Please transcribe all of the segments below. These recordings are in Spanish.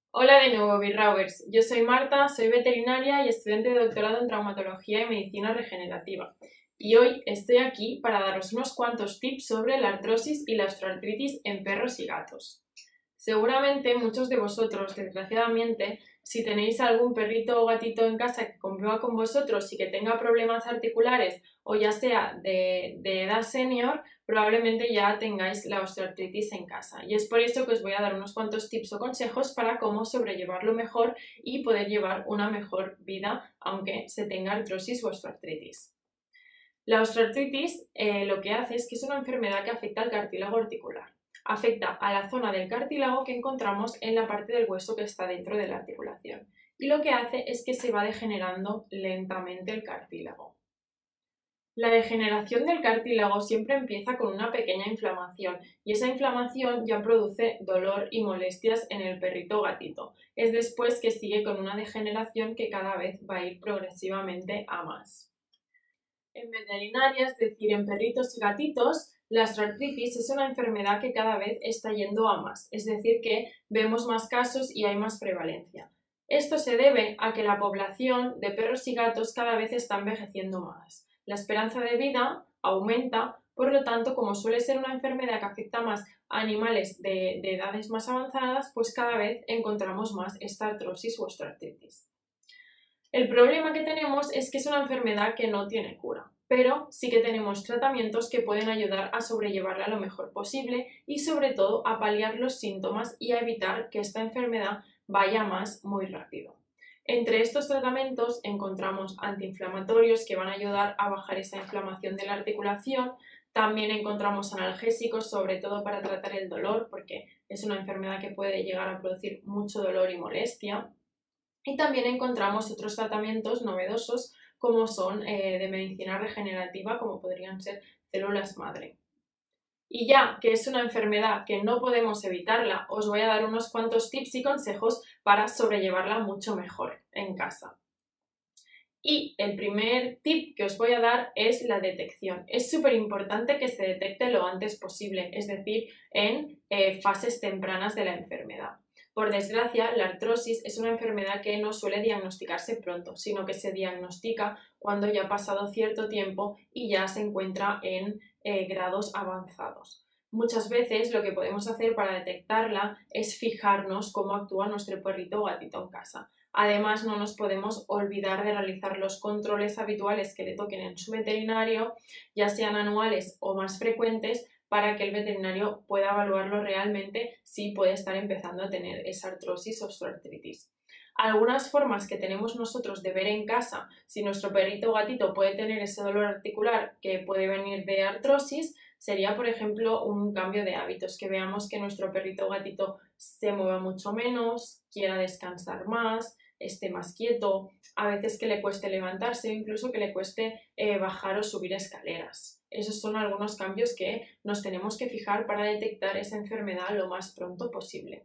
Hola de nuevo, Birrawers. Yo soy Marta, soy veterinaria y estudiante de doctorado en traumatología y medicina regenerativa. Y hoy estoy aquí para daros unos cuantos tips sobre la artrosis y la osteoartritis en perros y gatos. Seguramente muchos de vosotros, desgraciadamente, si tenéis algún perrito o gatito en casa que conviva con vosotros y que tenga problemas articulares o ya sea de edad senior, probablemente ya tengáis la osteoartritis en casa. Y es por eso que os voy a dar unos cuantos tips o consejos para cómo sobrellevarlo mejor y poder llevar una mejor vida aunque se tenga artrosis o osteoartritis. La osteoartritis lo que hace es que es una enfermedad que afecta al cartílago articular. Afecta a la zona del cartílago que encontramos en la parte del hueso que está dentro de la articulación. Y lo que hace es que se va degenerando lentamente el cartílago. La degeneración del cartílago siempre empieza con una pequeña inflamación y esa inflamación ya produce dolor y molestias en el perrito o gatito. Es después que sigue con una degeneración que cada vez va a ir progresivamente a más. En veterinaria, es decir, en perritos y gatitos, la osteoartritis es una enfermedad que cada vez está yendo a más, es decir, que vemos más casos y hay más prevalencia. Esto se debe a que la población de perros y gatos cada vez está envejeciendo más. La esperanza de vida aumenta, por lo tanto, como suele ser una enfermedad que afecta más a animales de edades más avanzadas, pues cada vez encontramos más esta artrosis o osteoartritis. El problema que tenemos es que es una enfermedad que no tiene cura, pero sí que tenemos tratamientos que pueden ayudar a sobrellevarla lo mejor posible y sobre todo a paliar los síntomas y a evitar que esta enfermedad vaya más muy rápido. Entre estos tratamientos encontramos antiinflamatorios que van a ayudar a bajar esa inflamación de la articulación. También encontramos analgésicos, sobre todo para tratar el dolor, porque es una enfermedad que puede llegar a producir mucho dolor y molestia. Y también encontramos otros tratamientos novedosos como son de medicina regenerativa, como podrían ser células madre. Y ya que es una enfermedad que no podemos evitarla, os voy a dar unos cuantos tips y consejos para sobrellevarla mucho mejor en casa. Y el primer tip que os voy a dar es la detección. Es súper importante que se detecte lo antes posible, es decir, en fases tempranas de la enfermedad. Por desgracia, la artrosis es una enfermedad que no suele diagnosticarse pronto, sino que se diagnostica cuando ya ha pasado cierto tiempo y ya se encuentra en grados avanzados. Muchas veces lo que podemos hacer para detectarla es fijarnos cómo actúa nuestro perrito o gatito en casa. Además, no nos podemos olvidar de realizar los controles habituales que le toquen en su veterinario, ya sean anuales o más frecuentes, para que el veterinario pueda evaluarlo realmente si puede estar empezando a tener esa artrosis o osteoartritis. Algunas formas que tenemos nosotros de ver en casa si nuestro perrito o gatito puede tener ese dolor articular que puede venir de artrosis sería, por ejemplo, un cambio de hábitos, que veamos que nuestro perrito o gatito se mueva mucho menos, quiera descansar más, esté más quieto, a veces que le cueste levantarse o incluso que le cueste bajar o subir escaleras. Esos son algunos cambios que nos tenemos que fijar para detectar esa enfermedad lo más pronto posible.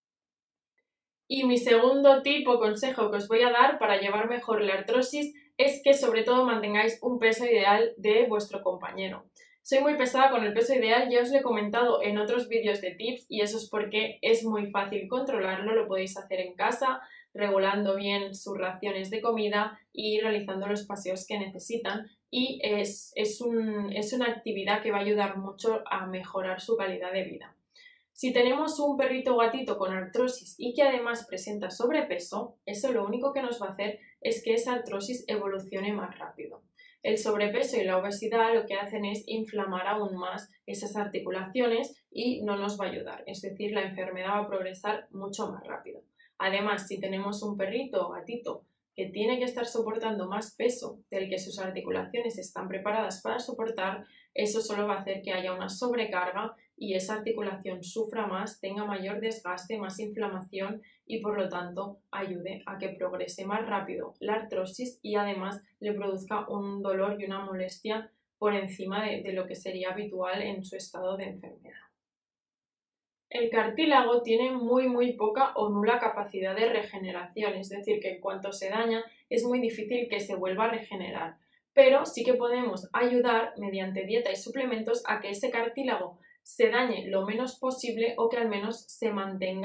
Y mi segundo tip o consejo que os voy a dar para llevar mejor la artrosis es que sobre todo mantengáis un peso ideal de vuestro compañero. Soy muy pesada con el peso ideal, ya os lo he comentado en otros vídeos de tips y eso es porque es muy fácil controlarlo, lo podéis hacer en casa, regulando bien sus raciones de comida y realizando los paseos que necesitan y es una actividad que va a ayudar mucho a mejorar su calidad de vida. Si tenemos un perrito o gatito con artrosis y que además presenta sobrepeso, eso lo único que nos va a hacer es que esa artrosis evolucione más rápido. El sobrepeso y la obesidad lo que hacen es inflamar aún más esas articulaciones y no nos va a ayudar, es decir, la enfermedad va a progresar mucho más rápido. Además, si tenemos un perrito o gatito que tiene que estar soportando más peso del que sus articulaciones están preparadas para soportar, eso solo va a hacer que haya una sobrecarga y esa articulación sufra más, tenga mayor desgaste, más inflamación y por lo tanto ayude a que progrese más rápido la artrosis y además le produzca un dolor y una molestia por encima de lo que sería habitual en su estado de enfermedad. El cartílago tiene muy poca o nula capacidad de regeneración, es decir, que en cuanto se daña es muy difícil que se vuelva a regenerar, pero sí que podemos ayudar mediante dieta y suplementos a que ese cartílago se dañe lo menos posible o que al menos se mantenga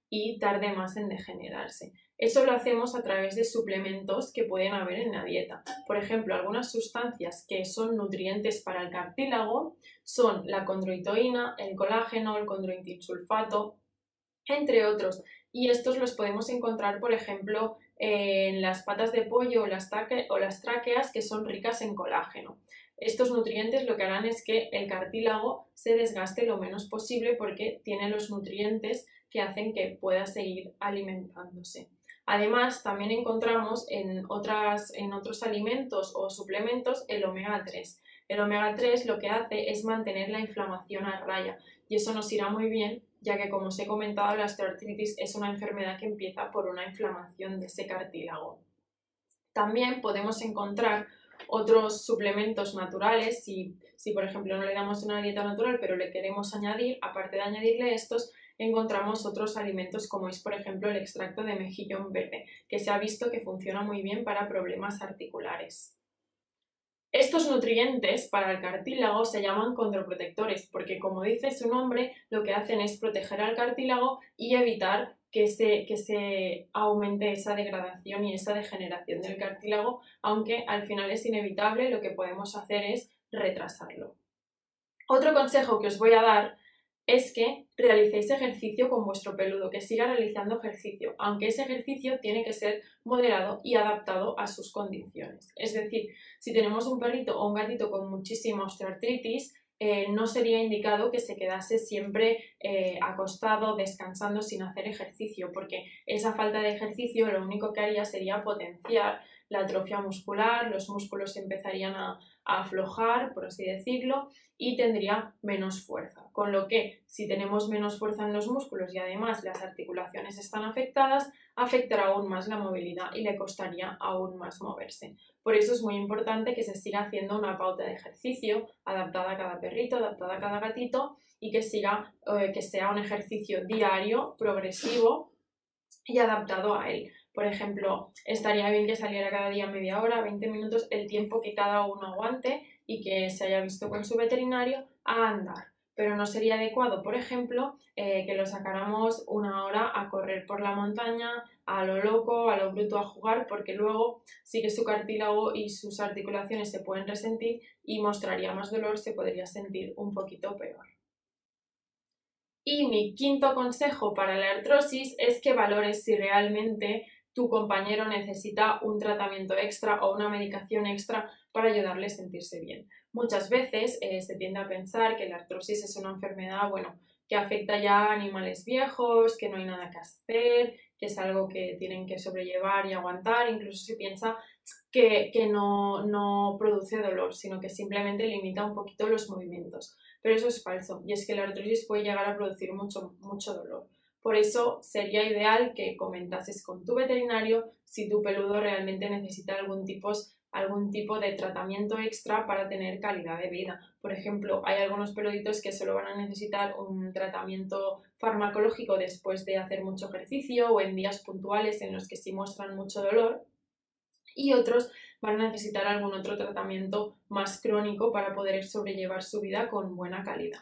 y tarde más en degenerarse. Eso lo hacemos a través de suplementos que pueden haber en la dieta. Por ejemplo, algunas sustancias que son nutrientes para el cartílago son la condroitoína, el colágeno, el condroitinsulfato, entre otros. Y estos los podemos encontrar, por ejemplo, en las patas de pollo o las tráqueas que son ricas en colágeno. Estos nutrientes lo que harán es que el cartílago se desgaste lo menos posible porque tiene los nutrientes que hacen que pueda seguir alimentándose. Además, también encontramos en otros alimentos o suplementos el omega 3. El omega 3 lo que hace es mantener la inflamación a raya y eso nos irá muy bien, ya que, como os he comentado, la osteoartritis es una enfermedad que empieza por una inflamación de ese cartílago. También podemos encontrar otros suplementos naturales, si por ejemplo no le damos una dieta natural pero le queremos añadir, aparte de añadirle estos, encontramos otros alimentos como es por ejemplo el extracto de mejillón verde, que se ha visto que funciona muy bien para problemas articulares. Estos nutrientes para el cartílago se llaman condroprotectores porque, como dice su nombre, lo que hacen es proteger al cartílago y evitar que se aumente esa degradación y esa degeneración del cartílago, aunque al final es inevitable, lo que podemos hacer es retrasarlo. Otro consejo que os voy a dar es que realicéis ejercicio con vuestro peludo, que siga realizando ejercicio, aunque ese ejercicio tiene que ser moderado y adaptado a sus condiciones. Es decir, si tenemos un perrito o un gatito con muchísima osteoartritis, no sería indicado que se quedase siempre acostado, descansando sin hacer ejercicio, porque esa falta de ejercicio lo único que haría sería potenciar la atrofia muscular, los músculos empezarían a aflojar, por así decirlo, y tendría menos fuerza. Con lo que, si tenemos menos fuerza en los músculos y además las articulaciones están afectadas, afectará aún más la movilidad y le costaría aún más moverse. Por eso es muy importante que se siga haciendo una pauta de ejercicio adaptada a cada perrito, adaptada a cada gatito y que sea un ejercicio diario, progresivo y adaptado a él. Por ejemplo, estaría bien que saliera cada día media hora, 20 minutos, el tiempo que cada uno aguante y que se haya visto con su veterinario a andar. Pero no sería adecuado, por ejemplo, que lo sacáramos una hora a correr por la montaña, a lo loco, a lo bruto, a jugar, porque luego sí que su cartílago y sus articulaciones se pueden resentir y mostraría más dolor, se podría sentir un poquito peor. Y mi quinto consejo para la artrosis es que valores si realmente tu compañero necesita un tratamiento extra o una medicación extra para ayudarle a sentirse bien. Muchas veces se tiende a pensar que la artrosis es una enfermedad, que afecta ya a animales viejos, que no hay nada que hacer, que es algo que tienen que sobrellevar y aguantar. Incluso se piensa que no produce dolor, sino que simplemente limita un poquito los movimientos. Pero eso es falso, y es que la artrosis puede llegar a producir mucho dolor. Por eso sería ideal que comentases con tu veterinario si tu peludo realmente necesita algún tipo de tratamiento extra para tener calidad de vida. Por ejemplo, hay algunos peluditos que solo van a necesitar un tratamiento farmacológico después de hacer mucho ejercicio o en días puntuales en los que sí muestran mucho dolor, y otros van a necesitar algún otro tratamiento más crónico para poder sobrellevar su vida con buena calidad.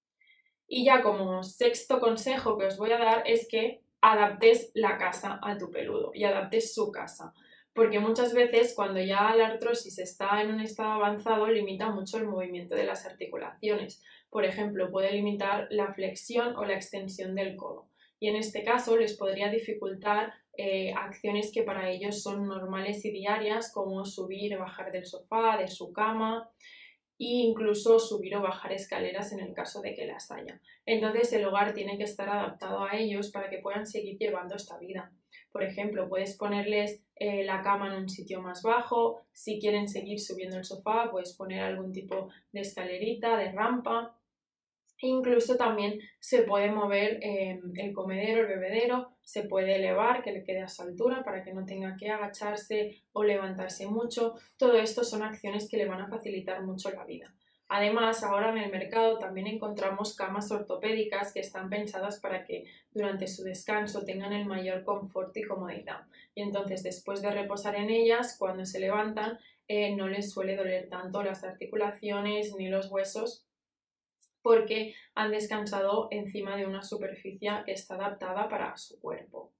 Y ya como sexto consejo que os voy a dar es que adaptes la casa a tu peludo y adaptes su casa. Porque muchas veces cuando ya la artrosis está en un estado avanzado limita mucho el movimiento de las articulaciones. Por ejemplo, puede limitar la flexión o la extensión del codo. Y en este caso les podría dificultar acciones que para ellos son normales y diarias, como subir y bajar del sofá, de su cama, e incluso subir o bajar escaleras en el caso de que las haya. Entonces el hogar tiene que estar adaptado a ellos para que puedan seguir llevando esta vida. Por ejemplo, puedes ponerles la cama en un sitio más bajo. Si quieren seguir subiendo el sofá, puedes poner algún tipo de escalerita, de rampa. Incluso también se puede mover el comedero, el bebedero, se puede elevar, que le quede a su altura para que no tenga que agacharse o levantarse mucho. Todo esto son acciones que le van a facilitar mucho la vida. Además, ahora en el mercado también encontramos camas ortopédicas que están pensadas para que durante su descanso tengan el mayor confort y comodidad. Y entonces, después de reposar en ellas, cuando se levantan, no les suele doler tanto las articulaciones ni los huesos, porque han descansado encima de una superficie que está adaptada para su cuerpo.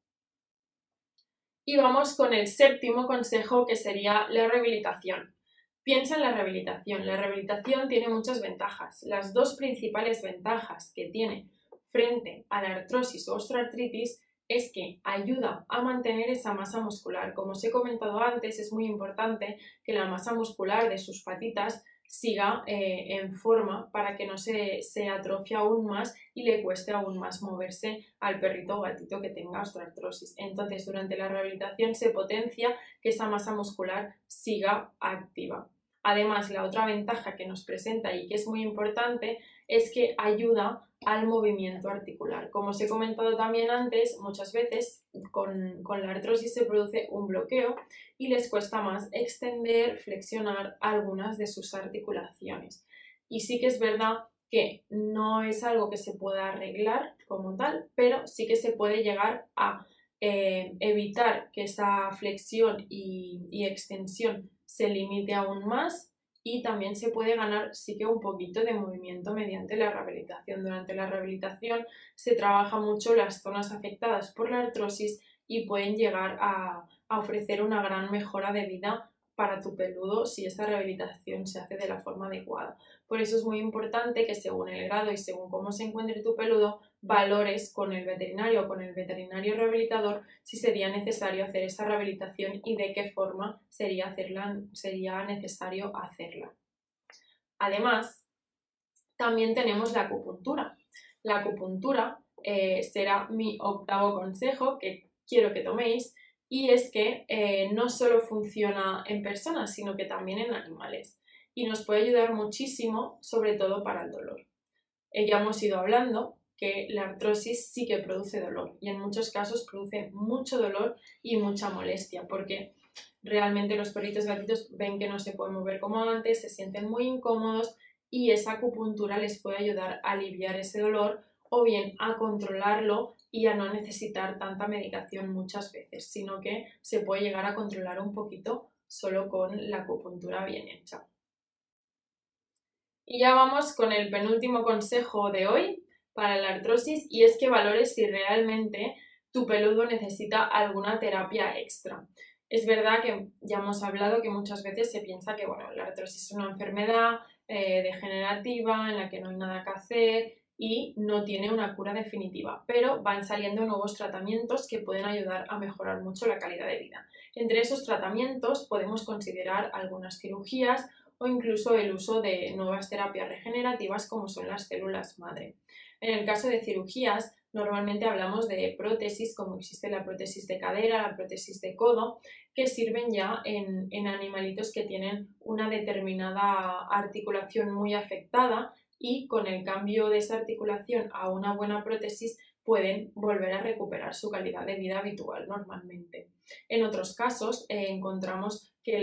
Y vamos con el séptimo consejo, que sería la rehabilitación. Piensa en la rehabilitación. La rehabilitación tiene muchas ventajas. Las dos principales ventajas que tiene frente a la artrosis o osteoartritis es que ayuda a mantener esa masa muscular. Como os he comentado antes, es muy importante que la masa muscular de sus patitas siga en forma para que no se atrofie aún más y le cueste aún más moverse al perrito o gatito que tenga osteoartrosis. Entonces, durante la rehabilitación se potencia que esa masa muscular siga activa. Además, la otra ventaja que nos presenta y que es muy importante es que ayuda al movimiento articular. Como os he comentado también antes, muchas veces con la artrosis se produce un bloqueo y les cuesta más extender, flexionar algunas de sus articulaciones. Y sí que es verdad que no es algo que se pueda arreglar como tal, pero sí que se puede llegar a evitar que esa flexión y extensión se limite aún más, y también se puede ganar sí que un poquito de movimiento mediante la rehabilitación. Durante la rehabilitación se trabaja mucho las zonas afectadas por la artrosis y pueden llegar a ofrecer una gran mejora de vida para tu peludo si esta rehabilitación se hace de la forma adecuada. Por eso es muy importante que según el grado y según cómo se encuentre tu peludo, valores con el veterinario o con el veterinario rehabilitador si sería necesario hacer esa rehabilitación y de qué forma sería necesario hacerla. Además, también tenemos la acupuntura. La acupuntura será mi octavo consejo que quiero que toméis, y es que no solo funciona en personas, sino que también en animales, y nos puede ayudar muchísimo, sobre todo para el dolor. Ya hemos ido hablando que la artrosis sí que produce dolor, y en muchos casos produce mucho dolor y mucha molestia, porque realmente los perritos y gatitos ven que no se pueden mover como antes, se sienten muy incómodos, y esa acupuntura les puede ayudar a aliviar ese dolor o bien a controlarlo y a no necesitar tanta medicación muchas veces, sino que se puede llegar a controlar un poquito solo con la acupuntura bien hecha. Y ya vamos con el penúltimo consejo de hoy para la artrosis, y es que valores si realmente tu peludo necesita alguna terapia extra. Es verdad que ya hemos hablado que muchas veces se piensa que la artrosis es una enfermedad degenerativa en la que no hay nada que hacer y no tiene una cura definitiva, pero van saliendo nuevos tratamientos que pueden ayudar a mejorar mucho la calidad de vida. Entre esos tratamientos podemos considerar algunas cirugías o incluso el uso de nuevas terapias regenerativas como son las células madre. En el caso de cirugías, normalmente hablamos de prótesis, como existe la prótesis de cadera, la prótesis de codo, que sirven ya en animalitos que tienen una determinada articulación muy afectada, y con el cambio de esa articulación a una buena prótesis pueden volver a recuperar su calidad de vida habitual normalmente. En otros casos encontramos que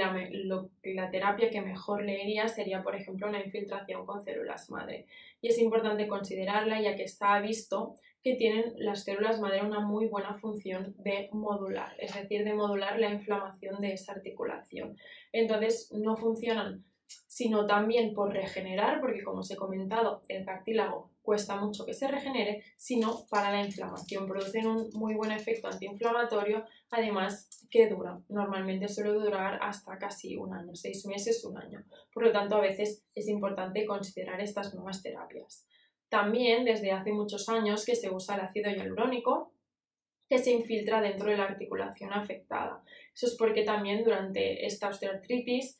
la terapia que mejor le iría sería, por ejemplo, una infiltración con células madre. Y es importante considerarla, ya que está visto que tienen las células madre una muy buena función de modular, es decir, de modular la inflamación de esa articulación. Entonces no funcionan sino también por regenerar, porque como os he comentado, el cartílago cuesta mucho que se regenere, sino para la inflamación. Producen un muy buen efecto antiinflamatorio, además que dura. Normalmente suele durar hasta casi un año, 6 meses, un año. Por lo tanto, a veces es importante considerar estas nuevas terapias. También desde hace muchos años que se usa el ácido hialurónico, que se infiltra dentro de la articulación afectada. Eso es porque también durante esta osteoartritis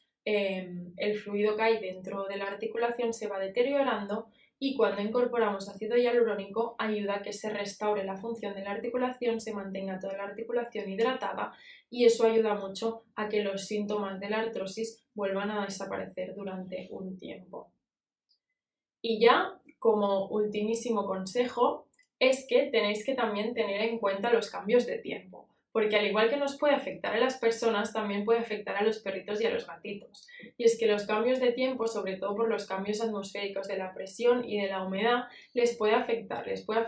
el fluido que hay dentro de la articulación se va deteriorando, y cuando incorporamos ácido hialurónico ayuda a que se restaure la función de la articulación, se mantenga toda la articulación hidratada, y eso ayuda mucho a que los síntomas de la artrosis vuelvan a desaparecer durante un tiempo. Y ya como ultimísimo consejo es que tenéis que también tener en cuenta los cambios de tiempo, porque al igual que nos puede afectar a las personas, también puede afectar a los perritos y a los gatitos. Y es que los cambios de tiempo, sobre todo por los cambios atmosféricos de la presión y de la humedad, les puede afectar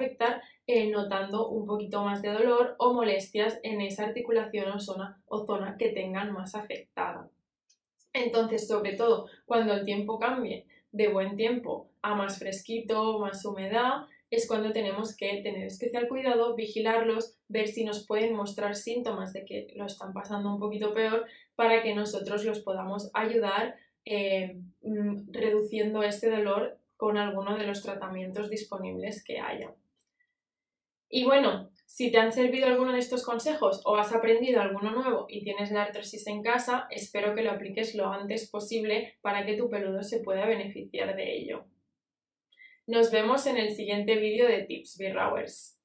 notando un poquito más de dolor o molestias en esa articulación o zona que tengan más afectada. Entonces, sobre todo cuando el tiempo cambie de buen tiempo a más fresquito, más humedad, es cuando tenemos que tener especial cuidado, vigilarlos, ver si nos pueden mostrar síntomas de que lo están pasando un poquito peor para que nosotros los podamos ayudar reduciendo este dolor con alguno de los tratamientos disponibles que haya. Y bueno, si te han servido alguno de estos consejos o has aprendido alguno nuevo y tienes la artrosis en casa, espero que lo apliques lo antes posible para que tu peludo se pueda beneficiar de ello. Nos vemos en el siguiente vídeo de Tips Be Rawers.